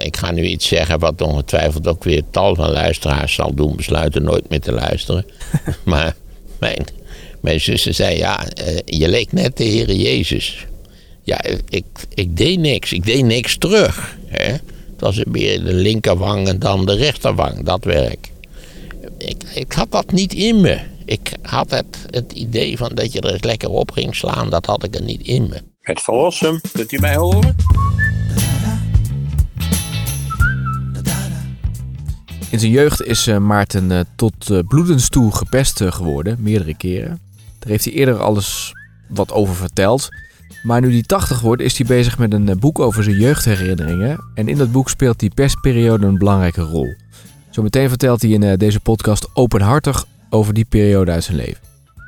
ik ga nu iets zeggen wat ongetwijfeld ook weer tal van luisteraars zal doen besluiten nooit meer te luisteren. Maar mijn zuster zei, je leek net de Heere Jezus. Ja, ik deed niks. Ik deed niks terug. Hè? Het was weer de linkerwang en dan de rechterwang, dat werk. Ik had dat niet in me. Ik had het idee van dat je er eens lekker op ging slaan, dat had ik er niet in me. Het Verlossum, kunt u mij horen? In zijn jeugd is Maarten tot bloedens toe gepest geworden, meerdere keren. Daar heeft hij eerder alles wat over verteld. Maar nu hij 80 wordt, is hij bezig met een boek over zijn jeugdherinneringen. En in dat boek speelt die pestperiode een belangrijke rol. Zometeen vertelt hij in deze podcast openhartig over die periode uit zijn leven.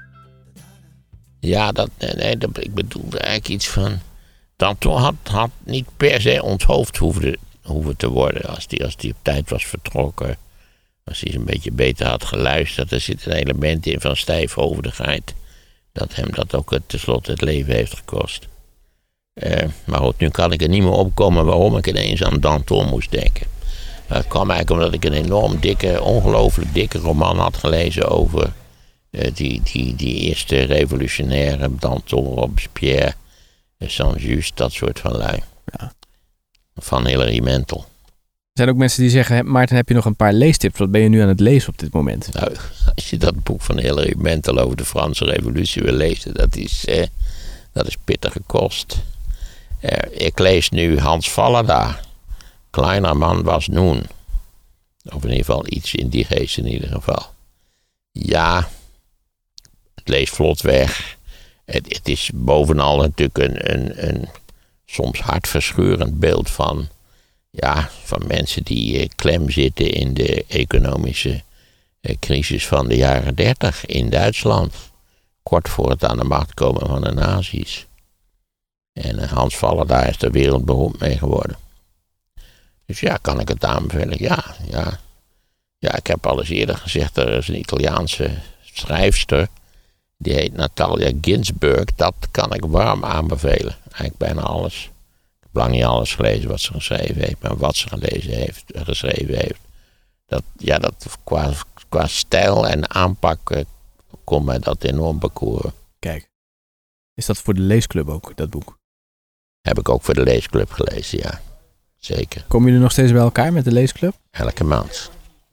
Ja, ik bedoelde eigenlijk iets van... Danton had niet per se onthoofd hoeven te worden. Als die op tijd was vertrokken. Als hij een beetje beter had geluisterd. Er zit een element in van stijfhoofdigheid. Dat hem dat ook tenslotte het leven heeft gekost. Maar goed, nu kan ik er niet meer opkomen waarom ik ineens aan Danton moest denken. Dat kwam eigenlijk omdat ik een enorm dikke, ongelooflijk dikke roman had gelezen over die eerste revolutionaire Danton, Robespierre, Saint-Just, dat soort van lui. Ja. Van Hilary Mantel. Er zijn ook mensen die zeggen, Maarten, heb je nog een paar leestips? Wat ben je nu aan het lezen op dit moment? Nou, als je dat boek van Hilary Mantel over de Franse revolutie wil lezen, dat is pittige kost. Ik lees nu Hans Vallada. Kleiner man was nun. Of in ieder geval iets in die geest in ieder geval. Ja, het leest vlot weg. Het is bovenal natuurlijk een soms hartverscheurend beeld van mensen die klem zitten in de economische crisis van de jaren 30 in Duitsland. Kort voor het aan de macht komen van de nazi's. En Hans Vallada is er wereldberoemd mee geworden. Dus ja, kan ik het aanbevelen? Ja. Ja, ik heb al eens eerder gezegd, er is een Italiaanse schrijfster. Die heet Natalia Ginzburg. Dat kan ik warm aanbevelen. Eigenlijk bijna alles. Ik heb lang niet alles gelezen wat ze geschreven heeft. Maar wat ze geschreven heeft. Dat qua stijl en aanpak kon mij dat enorm bekoren. Kijk, is dat voor de leesclub ook, dat boek? Heb ik ook voor de leesclub gelezen, ja. Zeker. Komen jullie nog steeds bij elkaar met de leesclub? Elke maand.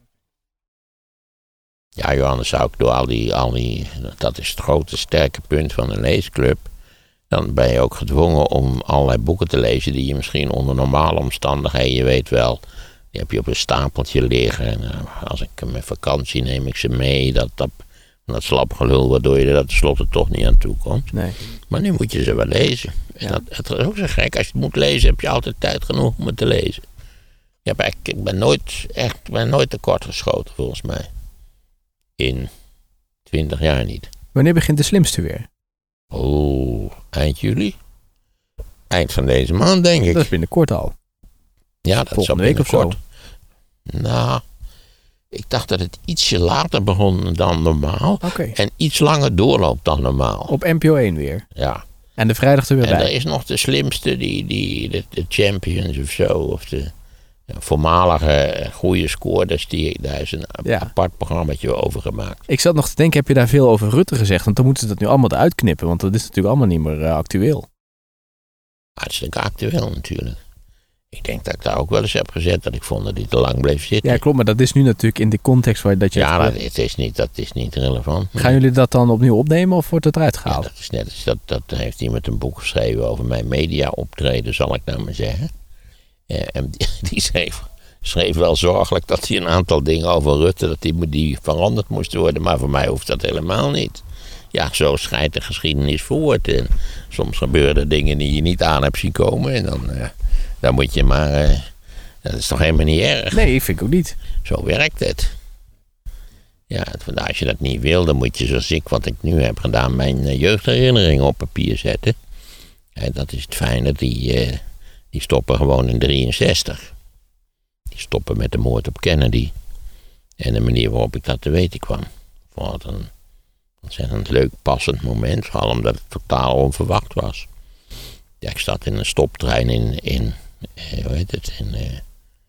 Ja, Johannes, zou ik door al die... Dat is het grote sterke punt van een leesclub. Dan ben je ook gedwongen om allerlei boeken te lezen die je misschien onder normale omstandigheden, je weet wel, die heb je op een stapeltje liggen. En als ik met vakantie neem ik ze mee. Dat slapgelul waardoor je er tenslotte toch niet aan toe komt. Nee. Maar nu moet je ze wel lezen. Ja. Het is ook zo gek. Als je het moet lezen, heb je altijd tijd genoeg om het te lezen. Ik ben nooit tekort geschoten, volgens mij. In 20 jaar niet. Wanneer begint De Slimste weer? Eind juli. Eind van deze maand, denk ik. Dat is binnenkort al. Ja, dat is volgende week of zo. Nou, ik dacht dat het ietsje later begon dan normaal. Okay. En iets langer doorloopt dan normaal. Op NPO 1 weer. Ja. En de vrijdag er weer bij. En er is nog De Slimste, de Champions of zo. Of de voormalige goede scoorders. Daar is een apart programmaatje over gemaakt. Ik zat nog te denken, heb je daar veel over Rutte gezegd? Want dan moeten ze dat nu allemaal eruit knippen. Want dat is natuurlijk allemaal niet meer actueel. Hartstikke actueel natuurlijk. Ik denk dat ik daar ook wel eens heb gezet dat ik vond dat hij te lang bleef zitten. Ja, klopt. Maar dat is nu natuurlijk in de context waar dat je... Ja, dat is niet relevant. Gaan jullie dat dan opnieuw opnemen of wordt het eruit gehaald? Ja, dat is net, dat heeft iemand een boek geschreven over mijn media optreden, zal ik nou maar zeggen. En die schreef wel zorgelijk dat hij een aantal dingen over Rutte, dat die veranderd moesten worden. Maar voor mij hoeft dat helemaal niet. Ja, zo scheidt de geschiedenis voort. En soms gebeuren er dingen die je niet aan hebt zien komen. En dan moet je maar... dat is toch helemaal niet erg? Nee, vind ik ook niet. Zo werkt het. Ja, als je dat niet wil, dan moet je zoals ik, wat ik nu heb gedaan, mijn jeugdherinneringen op papier zetten. En dat is het fijne, die stoppen gewoon in 63. Die stoppen met de moord op Kennedy. En de manier waarop ik dat te weten kwam. Ik vond het een ontzettend leuk, passend moment. Vooral omdat het totaal onverwacht was. Ja, ik zat in een stoptrein in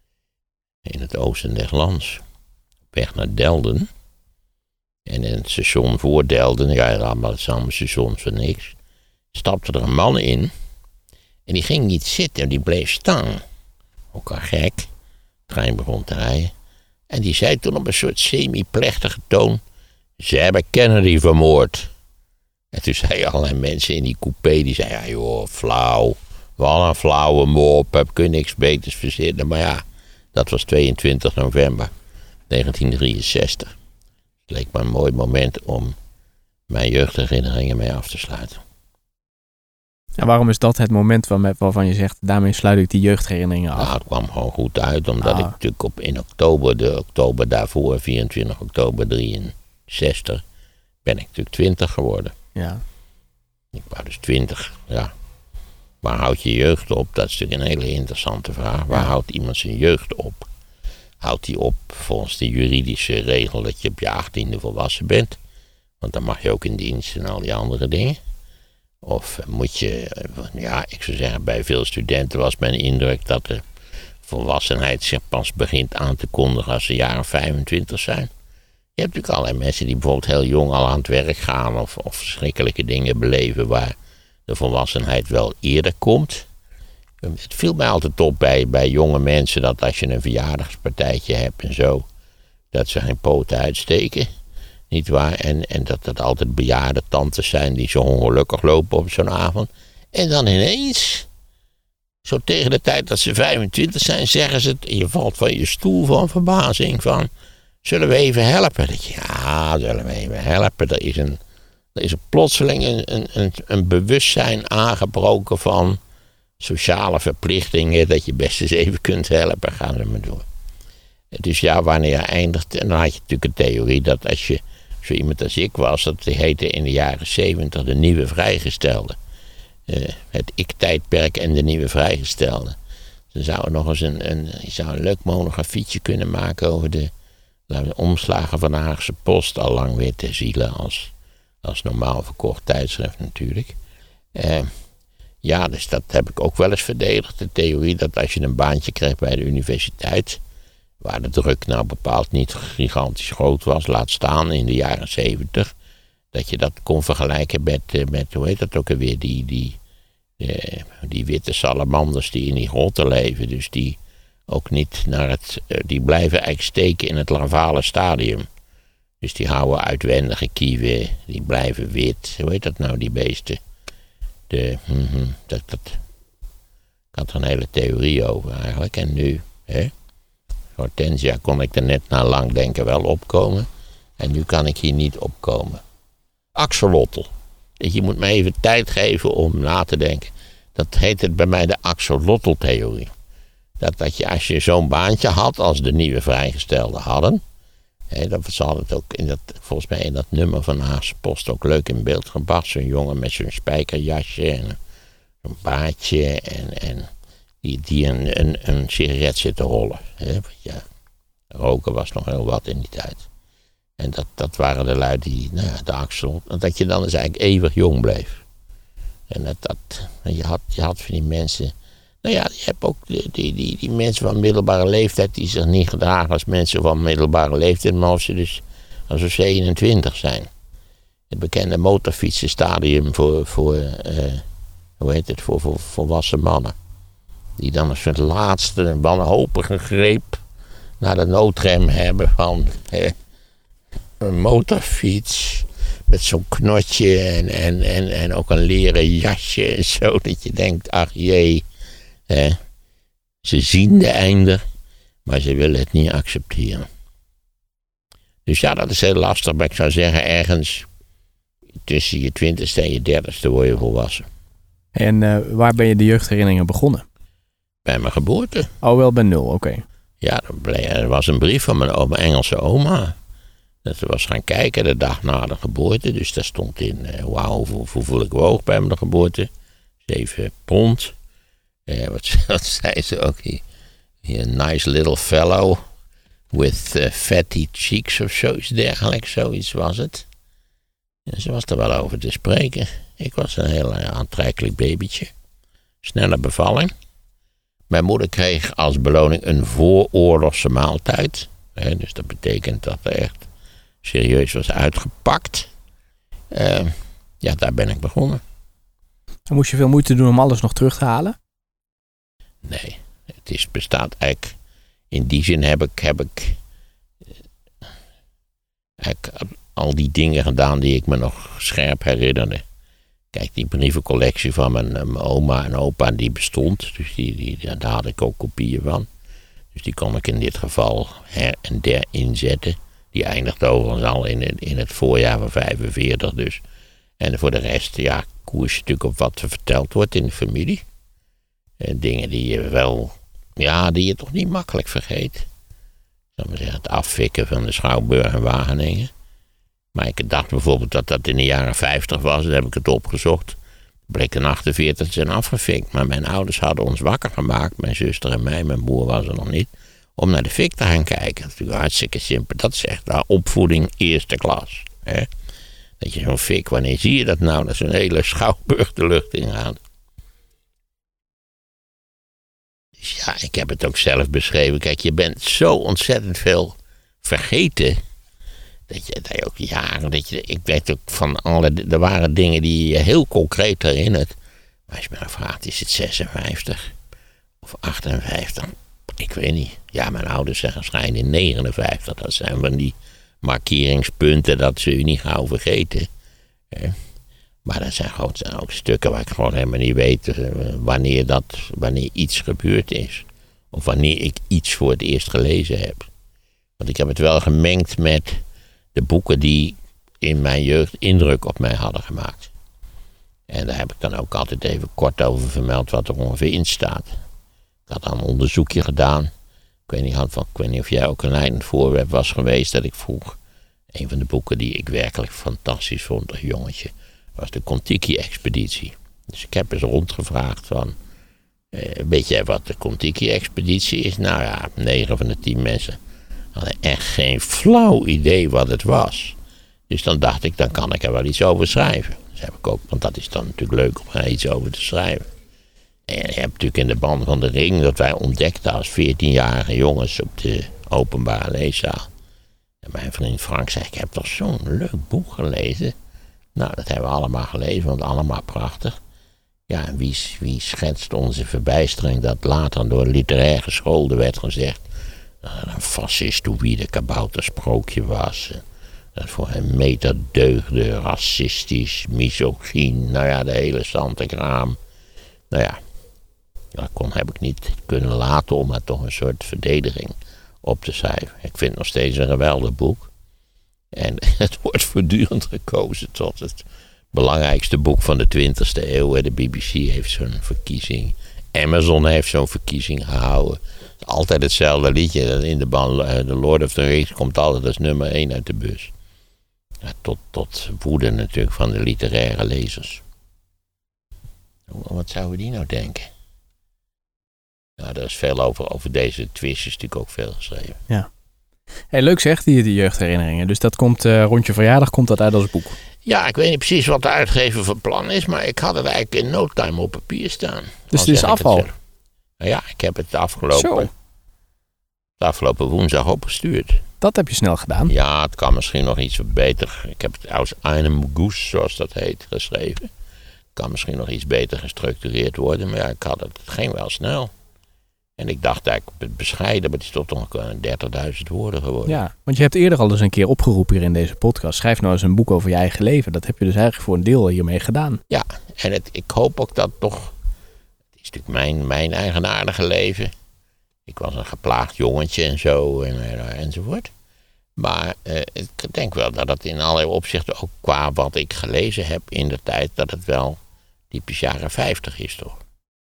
in het oosten des lands. Op weg naar Delden. En in het station voor Delden, het zijn allemaal stations voor niks, stapte er een man in. En die ging niet zitten, die bleef staan. Ook al gek. De trein begon te rijden. En die zei toen op een soort semi-plechtige toon: ze hebben Kennedy vermoord. En toen zeiden allerlei mensen in die coupé, die zeiden: ja joh, flauw. Wat een flauwe mop, kun je niks beters verzinnen. Maar ja, dat was 22 november 1963. Het leek me een mooi moment om mijn jeugdherinneringen mee af te sluiten. En waarom is dat het moment waarvan je zegt, daarmee sluit ik die jeugdherinneringen af? Nou, het kwam gewoon goed uit, omdat ik natuurlijk in oktober, de oktober daarvoor, 24 oktober 63, ben ik natuurlijk 20 geworden. Ja. Ik was dus 20, ja. Waar houdt je jeugd op? Dat is natuurlijk een hele interessante vraag. Waar houdt iemand zijn jeugd op? Houdt hij op volgens de juridische regel dat je op je 18e volwassen bent? Want dan mag je ook in dienst en al die andere dingen. Of moet je, ja, ik zou zeggen, bij veel studenten was mijn indruk dat de volwassenheid zich pas begint aan te kondigen als ze jaren 25 zijn. Je hebt natuurlijk allerlei mensen die bijvoorbeeld heel jong al aan het werk gaan of verschrikkelijke dingen beleven waar de volwassenheid wel eerder komt. Het viel mij altijd op bij jonge mensen dat als je een verjaardagspartijtje hebt en zo, dat ze geen poten uitsteken. Niet waar? En dat het altijd bejaarde tantes zijn die zo ongelukkig lopen op zo'n avond. En dan ineens, zo tegen de tijd dat ze 25 zijn, zeggen ze het. En je valt van je stoel van verbazing van, zullen we even helpen? Ja, zullen we even helpen. Er is een plotseling een bewustzijn aangebroken van sociale verplichtingen, dat je best eens even kunt helpen. Gaan ze maar door. Dus ja, wanneer je eindigt, en dan had je natuurlijk een theorie dat als je zo iemand als ik was, dat heette in de jaren 70 de nieuwe vrijgestelde. Het ik-tijdperk en de nieuwe vrijgestelde. Ze zouden nog eens je zou een leuk monografietje kunnen maken over de omslagen van de Haagse Post, al lang weer ter ziele als normaal verkocht tijdschrift natuurlijk. Ja, dus dat heb ik ook wel eens verdedigd. De theorie dat als je een baantje kreeg bij de universiteit, waar de druk nou bepaald niet gigantisch groot was, laat staan in de jaren 70, dat je dat kon vergelijken met hoe heet dat ook alweer, die witte salamanders die in die grotten leven, dus die ook niet die blijven eigenlijk steken in het larvale stadium. Dus die houden uitwendige kieven, die blijven wit, hoe heet dat nou, die beesten? Ik had er een hele theorie over eigenlijk, en nu, Hortensia kon ik er net na lang denken wel opkomen. En nu kan ik hier niet opkomen. Axolotl. Je moet me even tijd geven om na te denken. Dat heet het bij mij de axolotl-theorie. Dat je als je zo'n baantje had als de nieuwe vrijgestelden hadden. Ze hadden het ook volgens mij in dat nummer van de Haagse Post ook leuk in beeld gebracht. Zo'n jongen met zo'n spijkerjasje en zo'n baardje en die een sigaret zit te rollen. Ja, roken was nog heel wat in die tijd. En dat waren de lui die, de axel, dat je dan dus eigenlijk eeuwig jong bleef. En je had van die mensen, je hebt ook die mensen van middelbare leeftijd die zich niet gedragen als mensen van middelbare leeftijd, maar als ze 27 zijn. Het bekende motorfietsenstadium voor volwassen mannen. Die dan als het laatste wanhopige greep naar de noodrem hebben van een motorfiets met zo'n knotje en ook een leren jasje en zo. Dat je denkt, ach jee, ze zien de einde, maar ze willen het niet accepteren. Dus ja, dat is heel lastig, maar ik zou zeggen ergens tussen je 20ste en je 30ste word je volwassen. En waar ben je de jeugdherinneringen begonnen? Bij mijn geboorte. Oh, wel bij 0, oké. Ja, er was een brief van mijn Engelse oma. Dat ze was gaan kijken de dag na de geboorte. Dus daar stond in, wauw, hoeveel ik woog bij mijn geboorte. 7 pond. Wat zei ze ook hier? Nice little fellow with fatty cheeks of zoiets dergelijks. Zoiets was het. En ze was er wel over te spreken. Ik was een heel aantrekkelijk babytje. Snelle bevalling. Mijn moeder kreeg als beloning een vooroorlogse maaltijd. Dus dat betekent dat er echt serieus was uitgepakt. Daar ben ik begonnen. En moest je veel moeite doen om alles nog terug te halen? Nee, het bestaat eigenlijk... In die zin heb ik al die dingen gedaan die ik me nog scherp herinnerde. Kijk, die brievencollectie van mijn oma en opa, die bestond. Dus daar had ik ook kopieën van. Dus die kon ik in dit geval her en der inzetten. Die eindigt overigens al in het voorjaar van 45 dus. En voor de rest, koers je natuurlijk op wat er verteld wordt in de familie. Dingen die je wel... die je toch niet makkelijk vergeet. Zal maar zeggen, het afvikken van de Schouwburg en Wageningen. Maar ik dacht bijvoorbeeld dat in de jaren 50 was. Dan heb ik het opgezocht. Bleek in 48 zijn afgefikt. Maar mijn ouders hadden ons wakker gemaakt. Mijn zuster en mij, mijn broer was er nog niet. Om naar de fik te gaan kijken. Dat is natuurlijk hartstikke simpel. Dat is echt opvoeding eerste klas. Hè? Dat je zo'n fik, wanneer zie je dat nou? Dat zo'n hele Schouwburg de lucht ingaat. Dus ik heb het ook zelf beschreven. Kijk, je bent zo ontzettend veel vergeten. Dat je ook jaren... ik weet ook van er waren dingen die je heel concreet herinnert. Maar als je me dan vraagt, is het 56? Of 58? Ik weet niet. Ja, mijn ouders zeggen waarschijnlijk 59. Dat zijn van die markeringspunten, dat zul je niet gauw vergeten. Maar dat zijn ook stukken waar ik gewoon helemaal niet weet wanneer iets gebeurd is. Of wanneer ik iets voor het eerst gelezen heb. Want ik heb het wel gemengd met de boeken die in mijn jeugd indruk op mij hadden gemaakt. En daar heb ik dan ook altijd even kort over vermeld wat er ongeveer in staat. Ik had dan een onderzoekje gedaan. Ik weet niet of jij ook een leidend voorwerp was geweest dat ik vroeg. Een van de boeken die ik werkelijk fantastisch vond als jongetje was de Kon-Tiki-expeditie. Dus ik heb eens rondgevraagd van... weet jij wat de Kon-Tiki-expeditie is? 9 van de 10 mensen hadden echt geen flauw idee wat het was. Dus dan dacht ik, dan kan ik er wel iets over schrijven. Dus heb ik ook, want dat is dan natuurlijk leuk om er iets over te schrijven. En je hebt natuurlijk in de band van de ring dat wij ontdekten als 14-jarige jongens op de openbare leeszaal. En mijn vriend Frank zei, ik heb toch zo'n leuk boek gelezen. Nou, dat hebben we allemaal gelezen, want allemaal prachtig. Ja, en wie schetst onze verbijstering dat later door literair gescholden werd gezegd dat een fascistoïde kaboutersprookje was. Dat voor hem meter deugde, racistisch, misogyn, de hele zantekraam. Dat heb ik niet kunnen laten om er toch een soort verdediging op te schrijven. Ik vind het nog steeds een geweldig boek. En het wordt voortdurend gekozen tot het belangrijkste boek van de 20e eeuw. De BBC heeft zo'n verkiezing. Amazon heeft zo'n verkiezing gehouden. Het is altijd hetzelfde liedje. In de band The Lord of the Rings komt altijd als nummer 1 uit de bus. Tot woede natuurlijk van de literaire lezers. Wat zouden die nou denken? Er is veel over deze twist is natuurlijk ook veel geschreven. Ja. Hey, leuk zeg, die jeugdherinneringen. Dus dat komt rond je verjaardag komt dat uit als boek. Ja, ik weet niet precies wat de uitgever van plan is, maar ik had het eigenlijk in no time op papier staan. Dus het is afval? Ik heb het afgelopen woensdag opgestuurd. Dat heb je snel gedaan. Ja, het kan misschien nog iets beter. Ik heb het als einem Goes, zoals dat heet, geschreven. Het kan misschien nog iets beter gestructureerd worden, maar het ging wel snel. En ik dacht eigenlijk bescheiden, maar het is toch nog 30.000 woorden geworden. Ja, want je hebt eerder al eens een keer opgeroepen hier in deze podcast. Schrijf nou eens een boek over je eigen leven. Dat heb je dus eigenlijk voor een deel hiermee gedaan. Ja, en ik hoop ook dat toch... Het is natuurlijk mijn eigenaardige leven. Ik was een geplaagd jongetje en zo enzovoort. Maar ik denk wel dat het in allerlei opzichten, ook qua wat ik gelezen heb in de tijd, dat het wel typisch jaren 50 is toch.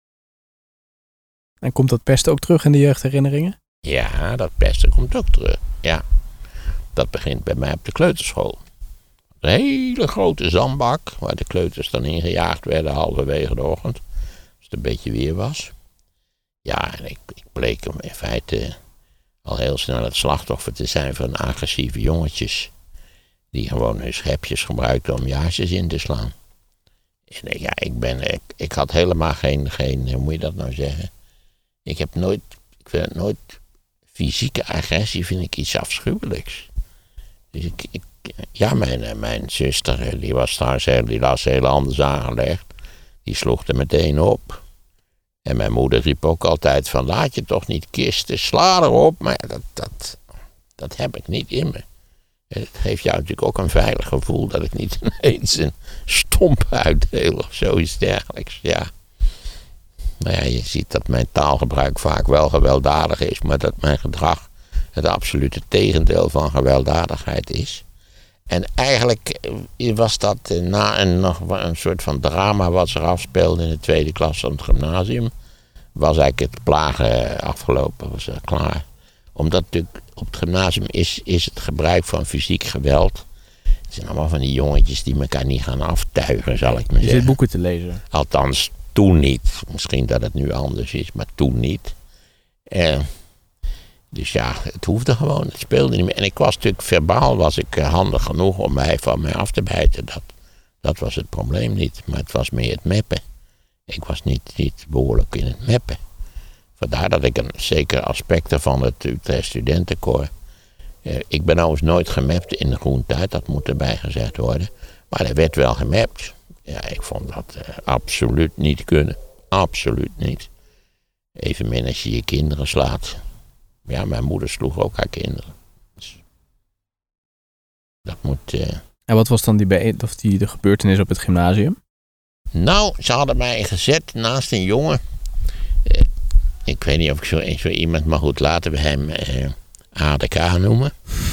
En komt dat pesten ook terug in de jeugdherinneringen? Ja, dat pesten komt ook terug. Ja, dat begint bij mij op de kleuterschool. Een hele grote zandbak, waar de kleuters dan in gejaagd werden halverwege de ochtend. Als het een beetje weer was. Ja, en ik bleek hem in feite al heel snel het slachtoffer te zijn van agressieve jongetjes. Die gewoon hun schepjes gebruikten om jaarsjes in te slaan. En ik had helemaal geen, hoe moet je dat nou zeggen? Ik vind nooit fysieke agressie vind ik iets afschuwelijks. Dus mijn zuster, die was trouwens die was heel anders aangelegd. Die sloeg er meteen op. En mijn moeder riep ook altijd van, laat je toch niet kisten, sla erop. Maar dat heb ik niet in me. Het geeft jou natuurlijk ook een veilig gevoel dat ik niet ineens een stomp uitdeel of zoiets dergelijks. Ja. Nou ja, je ziet dat mijn taalgebruik vaak wel gewelddadig is, maar dat mijn gedrag het absolute tegendeel van gewelddadigheid is. En eigenlijk was dat na nog een soort van drama wat zich afspeelde in de tweede klas van het gymnasium. Was eigenlijk het plagen afgelopen, was klaar. Omdat natuurlijk op het gymnasium is het gebruik van fysiek geweld. Het zijn allemaal van die jongetjes die elkaar niet gaan aftuigen, zal ik maar zeggen. Je zit boeken te lezen. Althans, toen niet. Misschien dat het nu anders is, maar toen niet. Dus ja, het hoefde gewoon, het speelde niet meer. En ik was natuurlijk, verbaal was ik handig genoeg om van mij af te bijten. Dat was het probleem niet, maar het was meer het meppen. Ik was niet behoorlijk in het meppen. Vandaar dat ik een zeker aspecten van het Utrecht Studentenkoor. Ik ben overigens nooit gemapt in de groentijd, dat moet erbij gezegd worden. Maar er werd wel gemapt. Ja, ik vond dat absoluut niet kunnen. Absoluut niet. Evenmin als je je kinderen slaat. Ja, mijn moeder sloeg ook haar kinderen. Dus dat moet... En wat was dan de gebeurtenis op het gymnasium? Nou, ze hadden mij gezet naast een jongen. Ik weet niet of ik zo iemand, maar goed, laten we hem ADK noemen.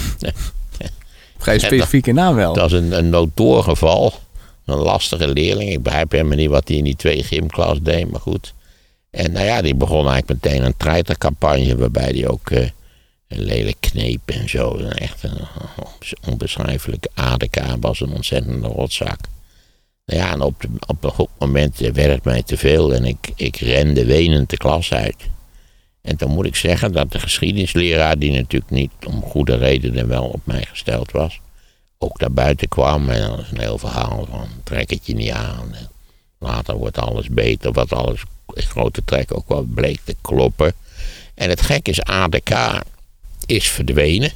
Vrij specifieke naam wel. Dat is een nooddoorgeval. Een lastige leerling. Ik begrijp helemaal niet wat hij in die 2 gymklas deed, maar goed. En nou ja, die begon eigenlijk meteen een treitercampagne waarbij hij ook lelijk kneep en zo. Echt een onbeschrijfelijke ADK was een ontzettende rotzak. Nou ja, en op een goed moment werd het mij te veel en ik rende wenend de klas uit. En dan moet ik zeggen dat de geschiedenisleraar, die natuurlijk niet om goede redenen wel op mij gesteld was, ook naar buiten kwam en dat is een heel verhaal van trek het je niet aan. En later wordt alles beter, wat alles in grote trek ook wel bleek te kloppen. En het gek is, ADK is verdwenen.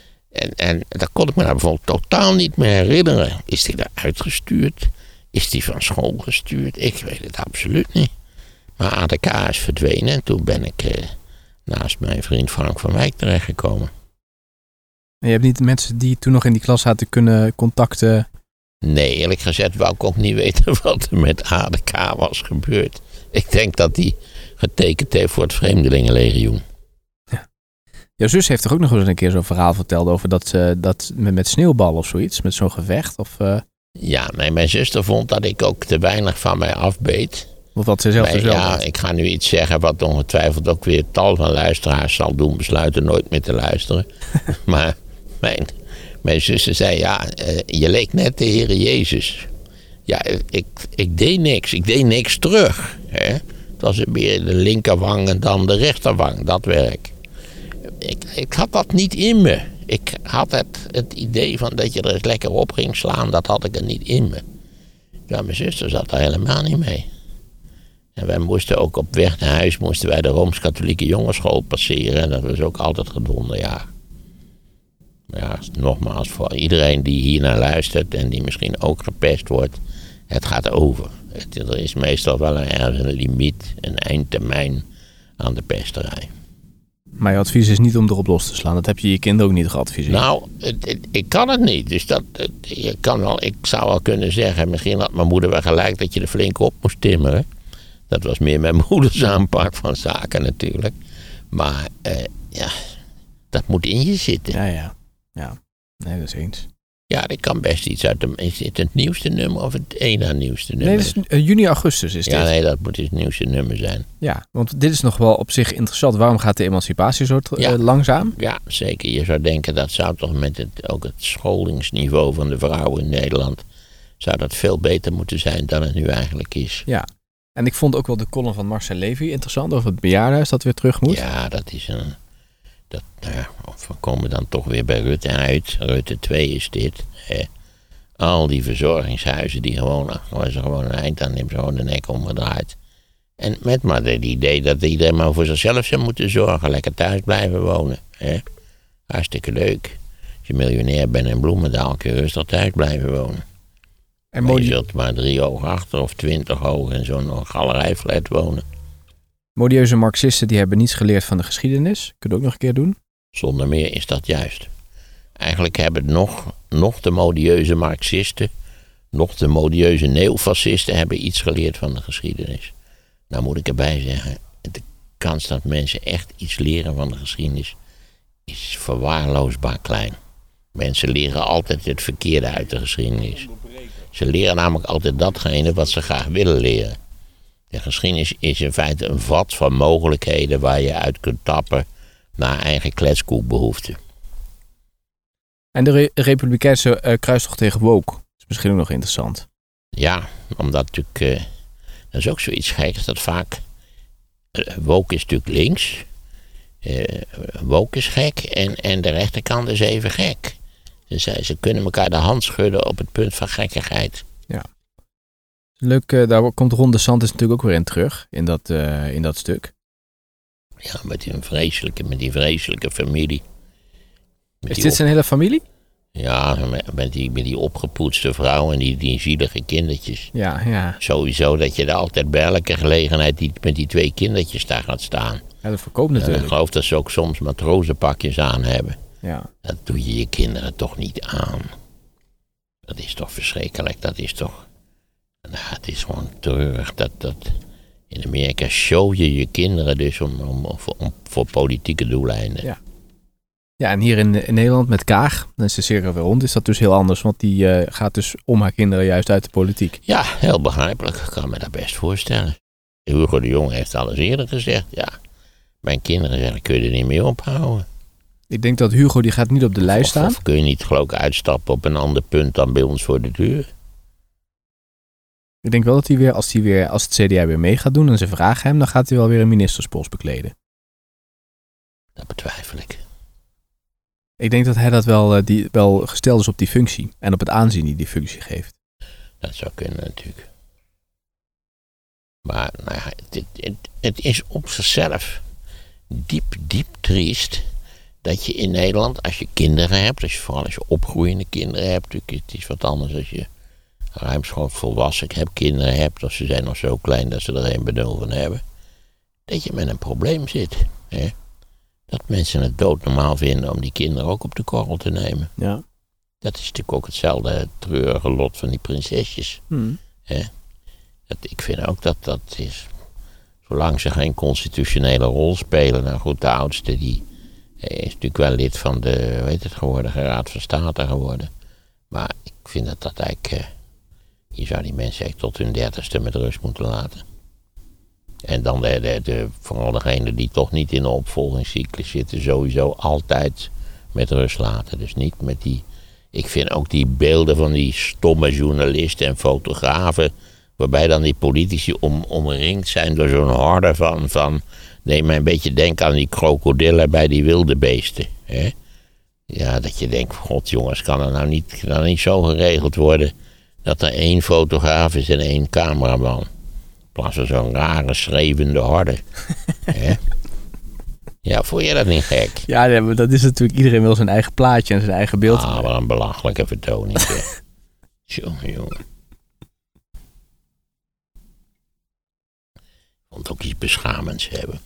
En dat kon ik me nou bijvoorbeeld totaal niet meer herinneren. Is die eruit gestuurd? Is die van school gestuurd? Ik weet het absoluut niet. Maar ADK is verdwenen en toen ben ik naast mijn vriend Frank van Wijk terechtgekomen. En je hebt niet de mensen die toen nog in die klas zaten kunnen contacten? Nee, eerlijk gezegd wou ik ook niet weten wat er met ADK was gebeurd. Ik denk dat die getekend heeft voor het Vreemdelingenlegioen. Ja. Jouw zus heeft toch ook nog eens een keer zo'n verhaal verteld over dat met sneeuwbal of zoiets, met zo'n gevecht? Ja, mijn zuster vond dat ik ook te weinig van mij afbeet. Of wat ze zelf dus wel. Ja, ik ga nu iets zeggen wat ongetwijfeld ook weer tal van luisteraars zal doen besluiten nooit meer te luisteren. Maar mijn zuster zei, je leek net de Heere Jezus. Ja, ik deed niks. Ik deed niks terug. Hè? Het was meer de linkerwang en dan de rechterwang, dat werk. Ik had dat niet in me. Ik had het idee van dat je er eens lekker op ging slaan, dat had ik er niet in me. Ja, mijn zuster zat daar helemaal niet mee. En wij moesten ook op weg naar huis, moesten wij de Rooms-Katholieke Jongensschool passeren. En dat was ook altijd gedonder, ja. Maar ja, nogmaals, voor iedereen die hier naar luistert en die misschien ook gepest wordt, het gaat over. Er is meestal wel ergens een limiet, een eindtermijn aan de pesterij. Maar je advies is niet om erop los te slaan. Dat heb je je kinderen ook niet geadviseerd. Nou, ik kan het niet. Dus ik zou wel kunnen zeggen, misschien had mijn moeder wel gelijk dat je er flink op moest timmeren. Dat was meer mijn moeders aanpak van zaken natuurlijk. Maar dat moet in je zitten. Ja. Nee, dat is eens. Ja, ik kan best iets uit is dit het nieuwste nummer of het ene nieuwste nummer? Nee, dat is juni, augustus is dit. Ja, nee, dat moet het nieuwste nummer zijn. Ja, want dit is nog wel op zich interessant. Waarom gaat de emancipatie zo langzaam? Ja, zeker. Je zou denken dat zou toch met ook het scholingsniveau van de vrouwen in Nederland, zou dat veel beter moeten zijn dan het nu eigenlijk is. Ja, en ik vond ook wel de column van Marcel Levy interessant over het bejaardenhuis dat weer terug moet. Ja, dat is we komen dan toch weer bij Rutte uit. Rutte 2 is dit. Al die verzorgingshuizen die gewoon een eind aan nemen, gewoon de nek omgedraaid. En met maar het idee dat iedereen maar voor zichzelf zou moeten zorgen. Lekker thuis blijven wonen. Hè? Hartstikke leuk. Als je miljonair bent in Bloemendaal kun je rustig thuis blijven wonen. Maar je zult maar 3 hoog achter of 20 hoog in zo'n galerijflat wonen. Modieuze Marxisten die hebben niets geleerd van de geschiedenis. Kun je ook nog een keer doen? Zonder meer is dat juist. Eigenlijk hebben nog de modieuze Marxisten, nog de modieuze neofascisten hebben iets geleerd van de geschiedenis. Nou moet ik erbij zeggen, de kans dat mensen echt iets leren van de geschiedenis is verwaarloosbaar klein. Mensen leren altijd het verkeerde uit de geschiedenis. Ze leren namelijk altijd datgene wat ze graag willen leren. De geschiedenis is in feite een vat van mogelijkheden waar je uit kunt tappen naar eigen kletskoekbehoeften. En de Republikeinse kruistocht tegen woke is misschien ook nog interessant. Ja, omdat natuurlijk, dat is ook zoiets geks, dat vaak, woke is natuurlijk links, woke is gek en de rechterkant is even gek. Dus ze kunnen elkaar de hand schudden op het punt van gekkigheid. Ja. Leuk, daar komt Ron DeSantis natuurlijk ook weer in terug, in dat stuk. Ja, met die vreselijke familie. Is dit zijn hele familie? Ja, met die opgepoetste vrouw en die zielige kindertjes. Ja. Sowieso dat je er altijd bij elke gelegenheid met die 2 kindertjes daar gaat staan. Ja, dat verkoopt natuurlijk. Ik geloof dat ze ook soms matrozenpakjes aan hebben. Ja. Dat doe je kinderen toch niet aan. Dat is toch verschrikkelijk. Dat is toch... Nou, het is gewoon treurig dat in Amerika show je kinderen dus voor politieke doeleinden. Ja. Ja, en hier in Nederland met Kaag, dan is de cirkel weer rond, is dat dus heel anders. Want die gaat dus om haar kinderen juist uit de politiek. Ja, heel begrijpelijk. Ik kan me dat best voorstellen. Hugo de Jong heeft alles eerder gezegd. Ja, mijn kinderen zeggen, kun je er niet mee ophouden. Ik denk dat Hugo, die gaat niet op de lijst staan. Of kun je niet geloof ik uitstappen op een ander punt dan bij ons voor de deur? Ik denk wel dat hij weer, als het CDA weer mee gaat doen en ze vragen hem, dan gaat hij wel weer een ministerspost bekleden. Dat betwijfel ik. Ik denk dat hij dat wel gesteld is op die functie en op het aanzien die functie geeft. Dat zou kunnen natuurlijk. Maar nou ja, het is op zichzelf diep triest dat je in Nederland, als je kinderen hebt, vooral als je opgroeiende kinderen hebt, natuurlijk, het is wat anders als je ruimschoots volwassen kinderen hebt, of ze zijn nog zo klein dat ze er geen benul van hebben, dat je met een probleem zit. Hè? Dat mensen het doodnormaal vinden om die kinderen ook op de korrel te nemen. Ja. Dat is natuurlijk ook hetzelfde treurige lot van die prinsesjes. Hè? Ik vind ook dat is, zolang ze geen constitutionele rol spelen, nou goed, de oudste die is natuurlijk wel lid van de, Raad van State geworden. Maar ik vind dat eigenlijk, je zou die mensen echt tot hun 30ste met rust moeten laten. En dan vooral degenen die toch niet in de opvolgingscyclus zitten, sowieso altijd met rust laten. Dus niet met ik vind ook die beelden van die stomme journalisten en fotografen, waarbij dan die politici omringd zijn door zo'n horde van neem mij een beetje denken aan die krokodillen bij die wilde beesten. Hè? Ja, dat je denkt, god jongens, kan het nou niet zo geregeld worden dat er 1 fotograaf is en 1 cameraman. In plaats van zo'n rare schreeuwende horde. Hè? Ja, vond je dat niet gek? Ja, maar dat is natuurlijk, iedereen wil zijn eigen plaatje en zijn eigen beeld. Ah, wat een belachelijke vertoning. Jongen. Want ook iets beschamends hebben.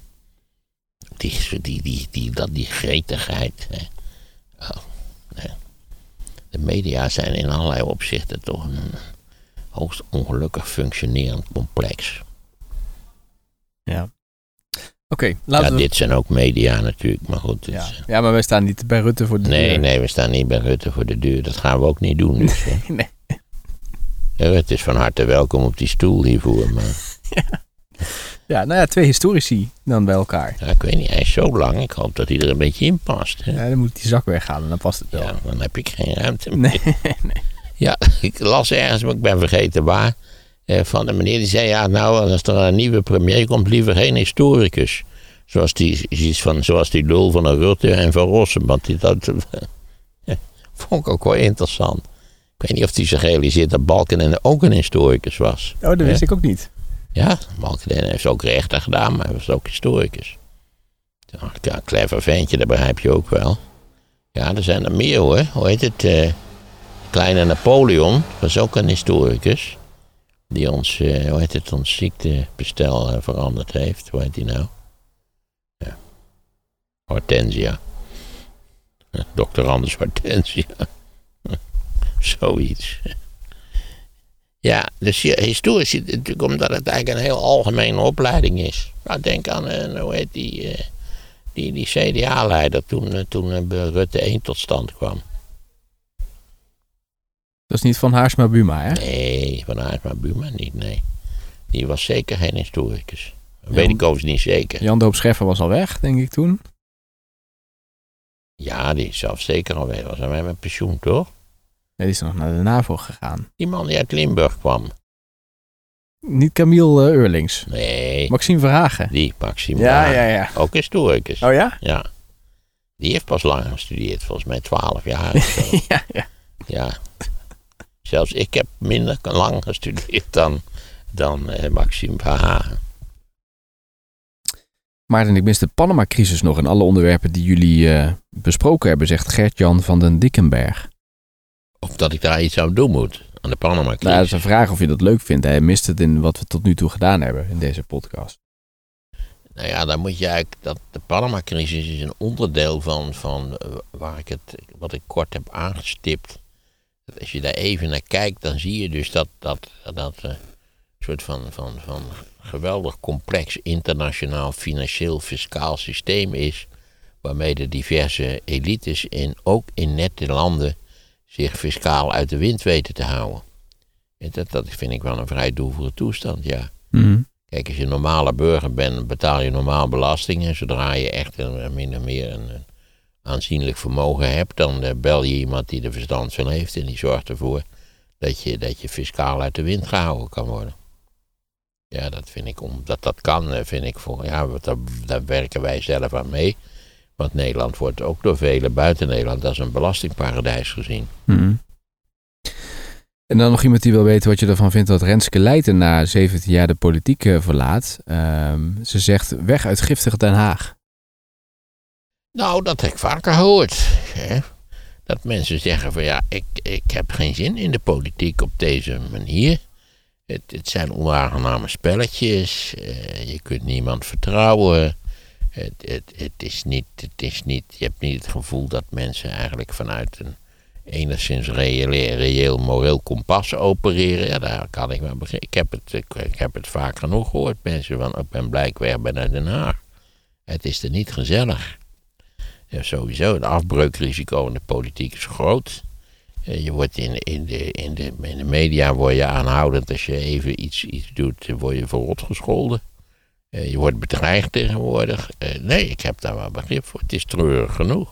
Die gretigheid. Hè. Oh, nee. De media zijn in allerlei opzichten toch een hoogst ongelukkig functionerend complex. Ja. Oké, laten we... Dit zijn ook media natuurlijk, maar goed. Ja, maar wij staan niet bij Rutte voor de deur. Nee, we staan niet bij Rutte voor de deur. Dat gaan we ook niet doen. Dus, nee. Rutte is van harte welkom op die stoel hiervoor. Maar... Ja, nou ja, 2 historici dan bij elkaar. Ja, ik weet niet, hij is zo lang. Ik hoop dat hij er een beetje in past. Hè? Ja, dan moet die zak weghalen en dan past het wel. Ja, dan heb ik geen ruimte meer. Nee. Ja, ik las ergens, maar ik ben vergeten waar, van een meneer die zei, ja nou, als er een nieuwe premier komt, liever geen historicus. Zoals die lul van een Rutte en van Rossum. Want dat vond ik ook wel interessant. Ik weet niet of hij zich realiseert dat Balkenende ook een historicus was. Oh, dat wist ik ook niet. Ja, Balkenende heeft ook rechten gedaan, maar hij was ook historicus. Ja, een clever ventje, dat begrijp je ook wel. Ja, er zijn er meer hoor. Hoe heet het? Kleine Napoleon was ook een historicus. Die ons, ons ziektebestel veranderd heeft. Hoe heet die nou? Ja. Hortensia. Dr. Anders Hortensia. Zoiets. Ja, dus historisch, natuurlijk omdat het eigenlijk een heel algemene opleiding is. Nou, denk aan, hoe heet die CDA-leider toen Rutte 1 tot stand kwam. Dat is niet van Haarsma Buma, hè? Nee, van Haarsma Buma niet, nee. Die was zeker geen historicus. Dat weet ik overigens niet zeker. Jan Doop Scheffer was al weg, denk ik toen. Ja, die is zelf zeker al weg. Was hij met pensioen, toch? Nee, die is nog naar de NAVO gegaan. Die man die uit Limburg kwam. Niet Camille Eurlings. Nee. Maxime Verhagen. Die, Maxime Ja. Ook historicus. Oh ja? Ja. Die heeft pas lang gestudeerd, volgens mij 12 jaar of zo. Ja. Zelfs ik heb minder lang gestudeerd dan Maxime Verhagen. Maarten, ik mis de Panama-crisis nog en alle onderwerpen die jullie besproken hebben, zegt Gert-Jan van den Dickenberg. Of dat ik daar iets aan doen moet, aan de Panama-crisis. Nou, dat is een vraag of je dat leuk vindt. Hij mist het in wat we tot nu toe gedaan hebben in deze podcast. Nou ja, dan moet je eigenlijk, de Panama-crisis is een onderdeel van wat ik kort heb aangestipt. Als je daar even naar kijkt, dan zie je dus dat soort van geweldig complex internationaal financieel fiscaal systeem is, waarmee de diverse elites ook in nette landen zich fiscaal uit de wind weten te houden. En dat vind ik wel een vrij droevige toestand, ja. Mm-hmm. Kijk, als je een normale burger bent, betaal je normaal belastingen. Zodra je echt min of meer een aanzienlijk vermogen hebt, dan bel je iemand die er verstand van heeft en die zorgt ervoor dat je fiscaal uit de wind gehouden kan worden. Ja, dat vind ik, omdat dat kan, vind ik daar werken wij zelf aan mee. Want Nederland wordt ook door velen buiten Nederland als een belastingparadijs gezien. Mm-hmm. En dan nog iemand die wil weten wat je ervan vindt dat Renske Leijten na 17 jaar de politiek verlaat. Ze zegt weg uit giftig Den Haag. Nou, dat heb ik vaker gehoord. Hè? Dat mensen zeggen van ja, ik heb geen zin in de politiek op deze manier. Het zijn onaangename spelletjes. Je kunt niemand vertrouwen. Het is niet, je hebt niet het gevoel dat mensen eigenlijk vanuit een enigszins reëel moreel kompas opereren. Ja, daar kan ik wel beginnen. Ik heb het vaak genoeg gehoord. Mensen van, ik ben blij ik weg ben uit Den Haag. Het is er niet gezellig. Ja, sowieso, het afbreukrisico in de politiek is groot. Je wordt in de media word je aanhoudend als je even iets doet, word je verrot gescholden. Je wordt bedreigd tegenwoordig. Nee, ik heb daar wel begrip voor. Het is treurig genoeg.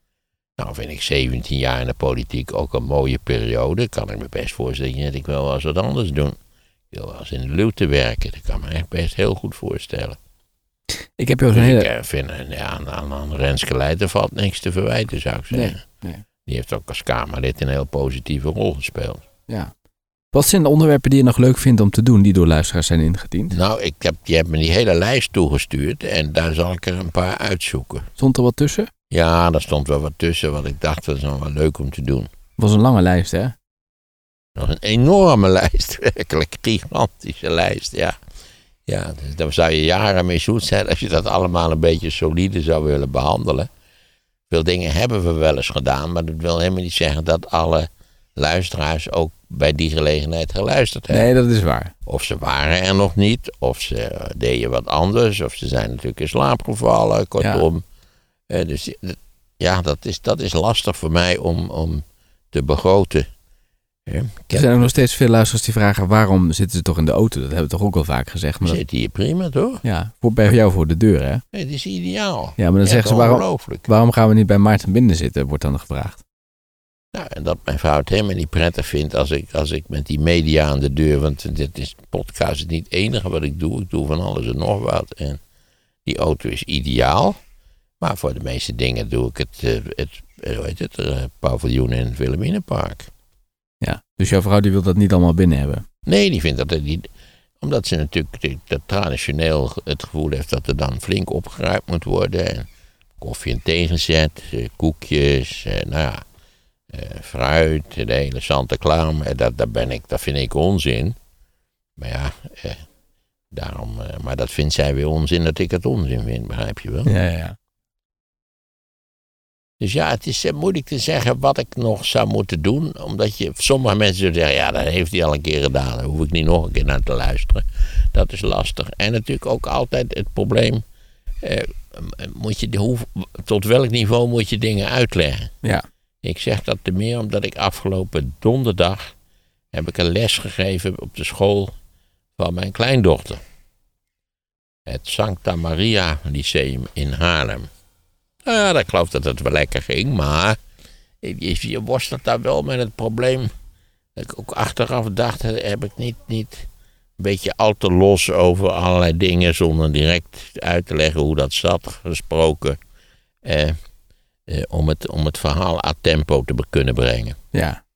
Nou vind ik 17 jaar in de politiek ook een mooie periode. Kan ik me best voorstellen dat ik wel eens wat anders doen. Ik wil wel eens in de luwte werken. Dat kan me echt best heel goed voorstellen. Ik heb jou zo'n hele... Ik vind aan Renske Leijten valt niks te verwijten, zou ik zeggen. Nee. Die heeft ook als Kamerlid een heel positieve rol gespeeld. Ja. Wat zijn de onderwerpen die je nog leuk vindt om te doen, die door luisteraars zijn ingediend? Nou, je hebt me die hele lijst toegestuurd en daar zal ik er een paar uitzoeken. Stond er wat tussen? Ja, daar stond wel wat tussen wat ik dacht, dat is nog wel leuk om te doen. Het was een lange lijst, hè? Nog een enorme lijst, werkelijk gigantische lijst, ja. Ja, dus daar zou je jaren mee zoet zijn als je dat allemaal een beetje solide zou willen behandelen. Veel dingen hebben we wel eens gedaan, maar dat wil helemaal niet zeggen dat alle luisteraars ook bij die gelegenheid geluisterd hebben. Nee, dat is waar. Of ze waren er nog niet, of ze deden wat anders, of ze zijn natuurlijk in slaap gevallen, kortom. Ja. Dus ja, dat is lastig voor mij om te begroten. Er zijn ook nog steeds veel luisteraars die vragen, waarom zitten ze toch in de auto? Dat hebben we toch ook al vaak gezegd. Maar zit hier prima, toch? Ja, bij jou voor de deur, hè? Nee, het is ideaal. Ja, maar dan zeggen ze, waarom gaan we niet bij Maarten Binder zitten, wordt dan gevraagd. Nou, en dat mijn vrouw het helemaal niet prettig vindt als ik met die media aan de deur, want podcast is niet het enige wat ik doe. Ik doe van alles en nog wat. En die auto is ideaal. Maar voor de meeste dingen doe ik het paviljoen in het Wilhelminapark. Ja, dus jouw vrouw die wil dat niet allemaal binnen hebben? Nee, die vindt dat niet. Omdat ze natuurlijk traditioneel het gevoel heeft dat er dan flink opgeruimd moet worden. En koffie en thee gezet, koekjes, fruit, de hele Santa Claus. Dat vind ik onzin. Maar ja, maar dat vindt zij weer onzin dat ik het onzin vind, begrijp je wel? Ja. Dus ja, het is moeilijk te zeggen wat ik nog zou moeten doen. Omdat sommige mensen zullen zeggen, ja, dat heeft hij al een keer gedaan. Daar hoef ik niet nog een keer naar te luisteren. Dat is lastig. En natuurlijk ook altijd het probleem, tot welk niveau moet je dingen uitleggen? Ja. Ik zeg dat te meer omdat ik afgelopen donderdag heb ik een les gegeven op de school van mijn kleindochter. Het Santa Maria Lyceum in Haarlem. Nou ja, ik geloof dat het wel lekker ging, maar je worstelt daar wel met het probleem. Dat ik ook achteraf dacht, heb ik niet een beetje al te los over allerlei dingen zonder direct uit te leggen hoe dat zat, gesproken. Om het verhaal a tempo te kunnen brengen. Ja.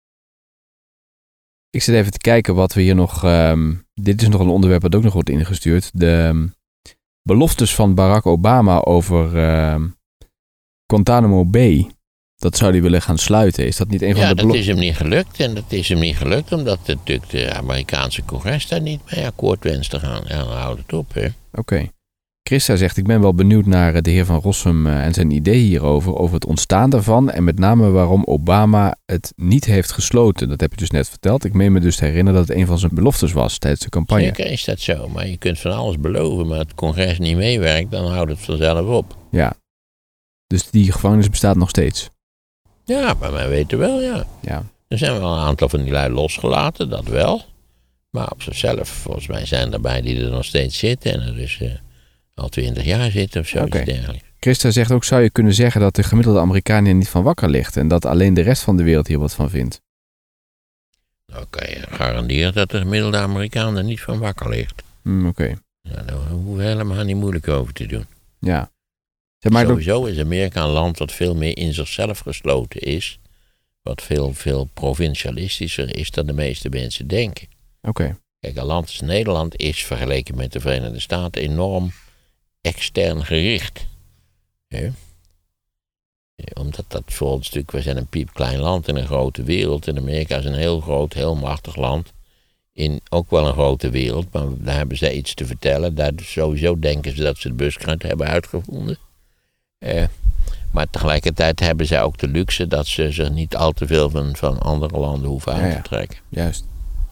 Ik zit even te kijken wat we hier nog... dit is nog een onderwerp dat ook nog wordt ingestuurd. De beloftes van Barack Obama over Guantanamo Bay. Dat zou hij willen gaan sluiten. Is dat niet een van de beloftes? Ja, dat is hem niet gelukt. En dat is hem niet gelukt omdat natuurlijk de Amerikaanse congres daar niet mee akkoord wenst te gaan. Ja, dan houdt het op, hè. Oké. Christa zegt, ik ben wel benieuwd naar de heer Van Rossum en zijn idee hierover, over het ontstaan daarvan en met name waarom Obama het niet heeft gesloten. Dat heb je dus net verteld. Ik meen me dus te herinneren dat het een van zijn beloftes was tijdens de campagne. Zeker is dat zo, maar je kunt van alles beloven, maar het congres niet meewerkt, dan houdt het vanzelf op. Ja, dus die gevangenis bestaat nog steeds? Ja, maar wij weten wel, ja. Er zijn wel een aantal van die lui losgelaten, dat wel. Maar op zichzelf, volgens mij zijn er bij die er nog steeds zitten en er dus al 20 jaar zitten of zo. Okay. Christa zegt ook, zou je kunnen zeggen dat de gemiddelde Amerikaan hier niet van wakker ligt en dat alleen de rest van de wereld hier wat van vindt? Nou kan je garanderen dat de gemiddelde Amerikaan er niet van wakker ligt. Oké. Ja, daar hoeven we helemaal niet moeilijk over te doen. Ja. Sowieso is Amerika een land wat veel meer in zichzelf gesloten is. Wat veel provincialistischer is dan de meeste mensen denken. Oké. Kijk, een land als Nederland is vergeleken met de Verenigde Staten enorm extern gericht. Ja? Omdat dat voor ons natuurlijk, we zijn een piepklein land in een grote wereld. En Amerika is een heel groot, heel machtig land. In ook wel een grote wereld, maar daar hebben ze iets te vertellen. Daar sowieso denken ze dat ze de buskruid hebben uitgevonden. Maar tegelijkertijd hebben zij ook de luxe dat ze zich niet al te veel van andere landen hoeven aan te trekken. Juist.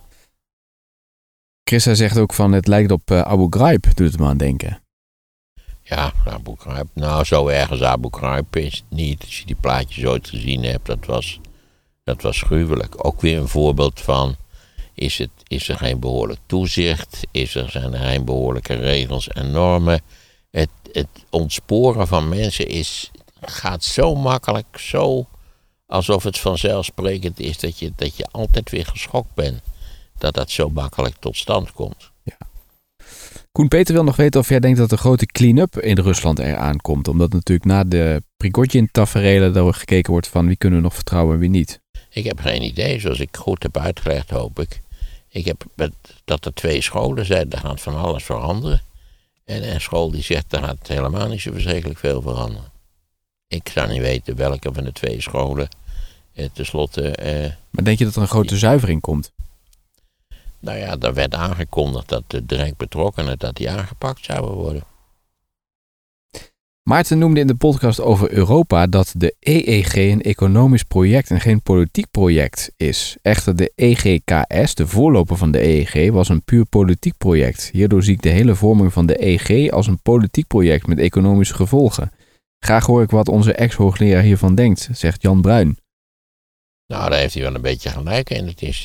Christa zegt ook van, het lijkt op Abu Ghraib, doet het me aan denken. Ja, Abu Ghraib. Nou, zo erg als Abu Ghraib is het niet. Als je die plaatjes ooit gezien hebt, dat was gruwelijk. Ook weer een voorbeeld van, is er geen behoorlijk toezicht? Zijn er geen behoorlijke regels en normen? Het ontsporen van mensen gaat zo makkelijk, zo alsof het vanzelfsprekend is dat je altijd weer geschokt bent dat zo makkelijk tot stand komt. Ja. Koen Peter wil nog weten of jij denkt dat een grote clean-up in Rusland eraan komt. Omdat natuurlijk na de Prigozhin-taferelen er gekeken wordt van wie kunnen we nog vertrouwen en wie niet. Ik heb geen idee, zoals ik goed heb uitgelegd, hoop ik. Ik heb dat er 2 scholen zijn, daar gaat van alles veranderen. En een school die zegt, daar gaat helemaal niet zo verschrikkelijk veel veranderen. Ik zou niet weten welke van de 2 scholen tenslotte... Maar denk je dat er een grote zuivering komt? Nou ja, er werd aangekondigd dat de direct betrokkenen dat die aangepakt zouden worden. Maarten noemde in de podcast over Europa dat de EEG een economisch project en geen politiek project is. Echter, de EGKS, de voorloper van de EEG, was een puur politiek project. Hierdoor zie ik de hele vorming van de EEG als een politiek project met economische gevolgen. Graag hoor ik wat onze ex-hoogleraar hiervan denkt, zegt Jan Bruin. Nou, daar heeft hij wel een beetje gelijk in. Het is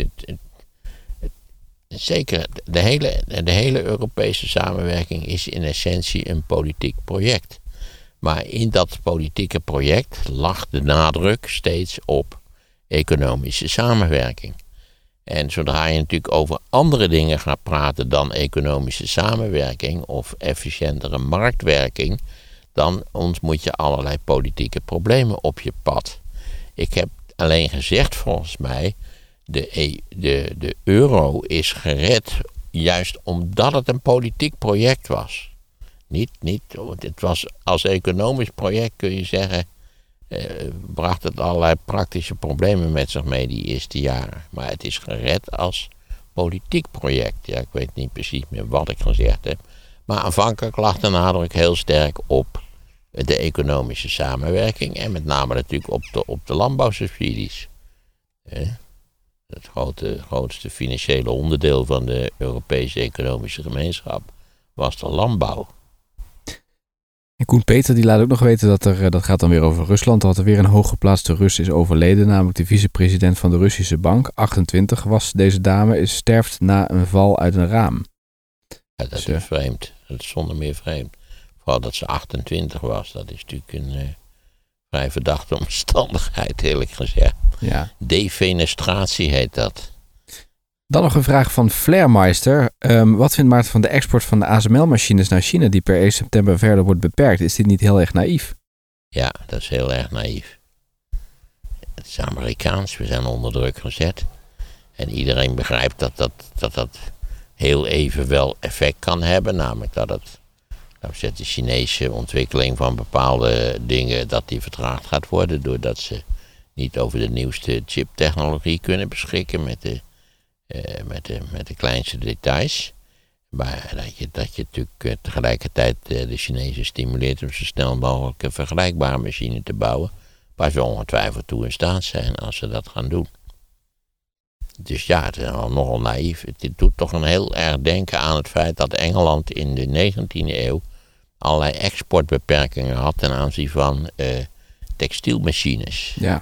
zeker, de hele Europese samenwerking is in essentie een politiek project. Maar in dat politieke project lag de nadruk steeds op economische samenwerking. En zodra je natuurlijk over andere dingen gaat praten dan economische samenwerking of efficiëntere marktwerking, dan ontmoet je allerlei politieke problemen op je pad. Ik heb alleen gezegd, volgens mij, de euro is gered juist omdat het een politiek project was. Het was als economisch project, kun je zeggen, bracht het allerlei praktische problemen met zich mee die eerste jaren. Maar het is gered als politiek project. Ja, ik weet niet precies meer wat ik gezegd heb. Maar aanvankelijk lag de nadruk heel sterk op de economische samenwerking. En met name natuurlijk op de landbouwsubsidies. Het grootste financiële onderdeel van de Europese economische gemeenschap was de landbouw. En Koen Peter die laat ook nog weten dat gaat dan weer over Rusland, dat er weer een hooggeplaatste Rus is overleden, namelijk de vicepresident van de Russische bank. 28 was deze dame, sterft na een val uit een raam. Ja, dat is vreemd. Dat is zonder meer vreemd. Vooral dat ze 28 was, dat is natuurlijk een vrij verdachte omstandigheid, eerlijk gezegd. Ja. Defenestratie heet dat. Dan nog een vraag van Flairmeister. Wat vindt Maarten van de export van de ASML-machines naar China die per 1 september verder wordt beperkt? Is dit niet heel erg naïef? Ja, dat is heel erg naïef. Het is Amerikaans, we zijn onder druk gezet. En iedereen begrijpt dat heel even wel effect kan hebben. Namelijk dat de Chinese ontwikkeling van bepaalde dingen, dat die vertraagd gaat worden. Doordat ze niet over de nieuwste chiptechnologie kunnen beschikken met de kleinste details. Maar dat je natuurlijk tegelijkertijd de Chinezen stimuleert om zo snel mogelijk een vergelijkbare machine te bouwen. Waar ze ongetwijfeld toe in staat zijn als ze dat gaan doen. Dus ja, het is nogal naïef. Het doet toch een heel erg denken aan het feit dat Engeland in de 19e eeuw allerlei exportbeperkingen had ten aanzien van textielmachines. Ja.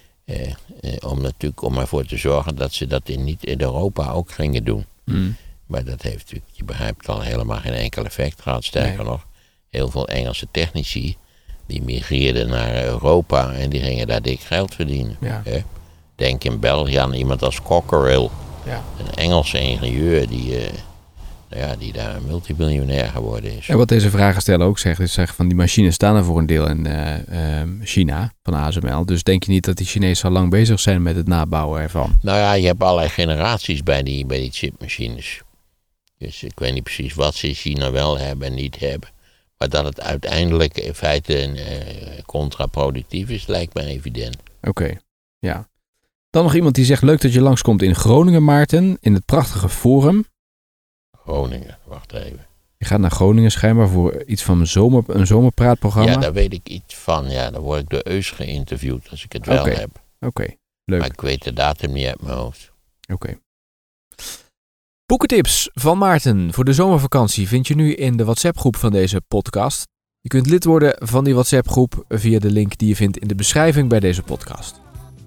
Om ervoor te zorgen dat ze dat niet in Europa ook gingen doen. Maar dat heeft natuurlijk, je begrijpt, al helemaal geen enkel effect gehad. Sterker nog, heel veel Engelse technici die migreerden naar Europa en die gingen daar dik geld verdienen. Ja. Denk in België aan iemand als Cockerill, een Engelse ingenieur die daar een multimiljonair geworden is. En wat deze vragensteller ook zegt, is van die machines staan er voor een deel in China, van ASML. Dus denk je niet dat die Chinezen al lang bezig zijn met het nabouwen ervan? Nou ja, je hebt allerlei generaties bij die chipmachines. Dus ik weet niet precies wat ze in China wel hebben en niet hebben. Maar dat het uiteindelijk in feite contraproductief is, lijkt me evident. Oké, ja. Dan nog iemand die zegt, leuk dat je langskomt in Groningen, Maarten, in het prachtige Forum. Groningen, wacht even. Je gaat naar Groningen schijnbaar voor iets van een zomerpraatprogramma. Ja, daar weet ik iets van. Ja, dan word ik door Eus geïnterviewd als ik het wel heb. Oké, leuk. Maar ik weet de datum niet uit mijn hoofd. Oké. Boekentips van Maarten voor de zomervakantie vind je nu in de WhatsApp-groep van deze podcast. Je kunt lid worden van die WhatsApp-groep via de link die je vindt in de beschrijving bij deze podcast.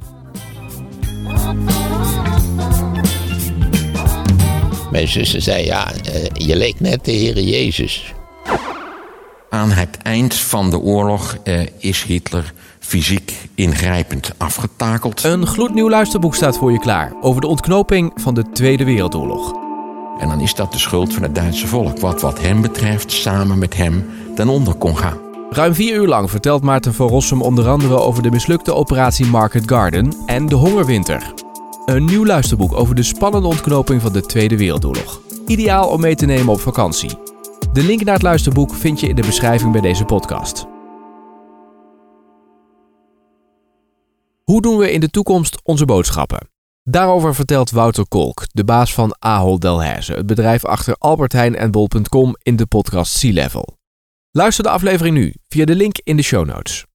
Mijn zuster zei, je leek net de Heere Jezus. Aan het eind van de oorlog is Hitler fysiek ingrijpend afgetakeld. Een gloednieuw luisterboek staat voor je klaar over de ontknoping van de Tweede Wereldoorlog. En dan is dat de schuld van het Duitse volk, wat hem betreft samen met hem ten onder kon gaan. Ruim 4 uur lang vertelt Maarten van Rossum onder andere over de mislukte operatie Market Garden en de hongerwinter. Een nieuw luisterboek over de spannende ontknoping van de Tweede Wereldoorlog. Ideaal om mee te nemen op vakantie. De link naar het luisterboek vind je in de beschrijving bij deze podcast. Hoe doen we in de toekomst onze boodschappen? Daarover vertelt Wouter Kolk, de baas van Ahold Delhaize, het bedrijf achter Albert Heijn en Bol.com in de podcast Sea Level. Luister de aflevering nu via de link in de show notes.